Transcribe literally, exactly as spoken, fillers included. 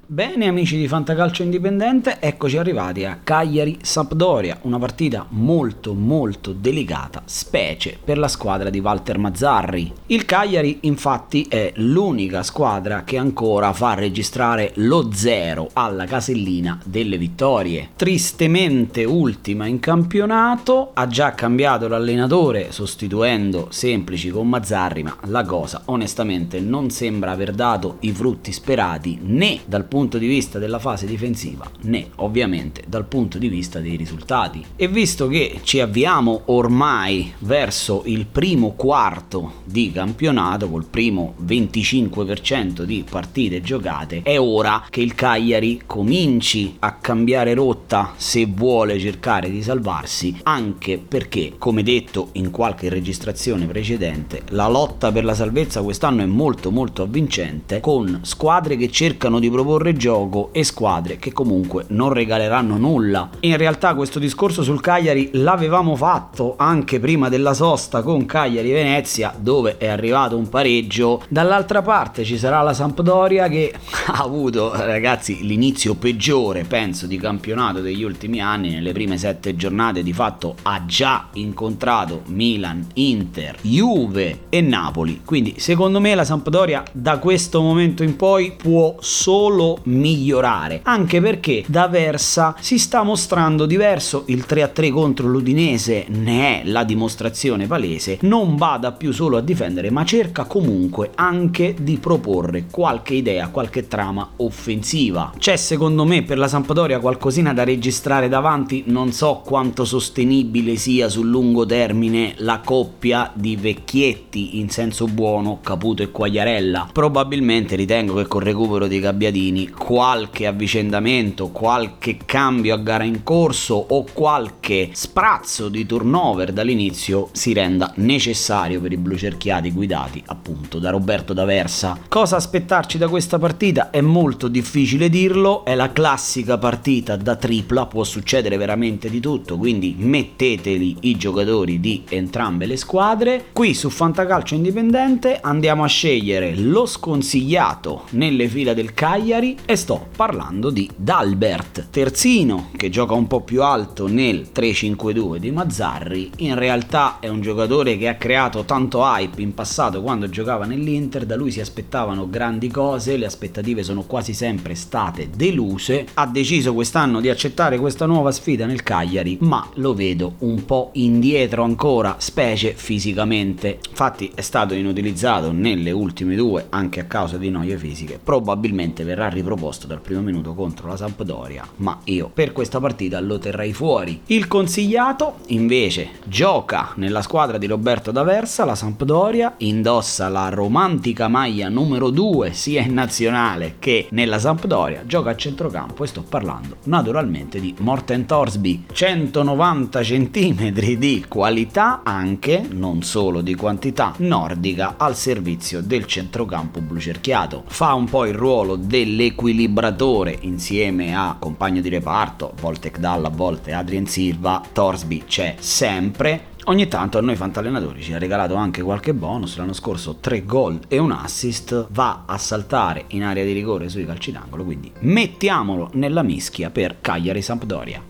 Bene amici di Fantacalcio Indipendente, eccoci arrivati a Cagliari-Sampdoria, una partita molto molto delicata, specie per la squadra di Walter Mazzarri. Il Cagliari infatti è l'unica squadra che ancora fa registrare lo zero alla casellina delle vittorie. Tristemente ultima in campionato, ha già cambiato l'allenatore sostituendo Semplici con Mazzarri, ma la cosa onestamente non sembra aver dato i frutti sperati né dal punto punto di vista della fase difensiva né ovviamente dal punto di vista dei risultati. E visto che ci avviamo ormai verso il primo quarto di campionato col primo venticinque per cento di partite giocate, è ora che il Cagliari cominci a cambiare rotta se vuole cercare di salvarsi, anche perché, come detto in qualche registrazione precedente, la lotta per la salvezza quest'anno è molto molto avvincente, con squadre che cercano di proporre gioco e squadre che comunque non regaleranno nulla. In realtà questo discorso sul Cagliari l'avevamo fatto anche prima della sosta con Cagliari-Venezia, dove è arrivato un pareggio. Dall'altra parte ci sarà la Sampdoria, che ha avuto, ragazzi, l'inizio peggiore penso di campionato degli ultimi anni. Nelle prime sette giornate di fatto ha già incontrato Milan, Inter, Juve e Napoli, quindi secondo me la Sampdoria da questo momento in poi può solo migliorare, anche perché D'Aversa si sta mostrando diverso. Il tre a tre contro l'Udinese ne è la dimostrazione palese. Non bada più solo a difendere, ma cerca comunque anche di proporre qualche idea, qualche trama offensiva. C'è secondo me per la Sampdoria qualcosina da registrare davanti. Non so quanto sostenibile sia sul lungo termine la coppia di vecchietti, in senso buono, Caputo e Quagliarella. Probabilmente ritengo che col recupero dei Gabbiadini qualche avvicendamento, qualche cambio a gara in corso o qualche sprazzo di turnover dall'inizio si renda necessario per i blucerchiati guidati appunto da Roberto D'Aversa. Cosa aspettarci da questa partita è molto difficile dirlo, è la classica partita da tripla, può succedere veramente di tutto, quindi metteteli i giocatori di entrambe le squadre. Qui su Fantacalcio Indipendente andiamo a scegliere lo sconsigliato nelle fila del Cagliari e sto parlando di Dalbert, terzino, che gioca un po' più alto nel tre cinque due di Mazzarri. In realtà è un giocatore che ha creato tanto hype in passato quando giocava nell'Inter, da lui si aspettavano grandi cose, le aspettative sono quasi sempre state deluse. Ha deciso quest'anno di accettare questa nuova sfida nel Cagliari, ma lo vedo un po' indietro ancora, specie fisicamente. Infatti è stato inutilizzato nelle ultime due anche a causa di noie fisiche, probabilmente verrà riproposto dal primo minuto contro la Sampdoria, ma io per questa partita lo terrei fuori. Il consigliato invece gioca nella squadra di Roberto D'Aversa, la Sampdoria, indossa la romantica maglia numero due sia in nazionale che nella Sampdoria, gioca a centrocampo e sto parlando naturalmente di Morten Thorsby. Centonovanta centimetri di qualità, anche non solo di quantità, nordica al servizio del centrocampo blucerchiato. Fa un po' il ruolo dell'equilibratore insieme a compagno di reparto, a volte Kdal, a volte Adrien Silva. Thorsby c'è sempre. Ogni tanto a noi fantallenatori ci ha regalato anche qualche bonus, l'anno scorso tre gol e un assist, va a saltare in area di rigore sui calci d'angolo, quindi mettiamolo nella mischia per Cagliari-Sampdoria.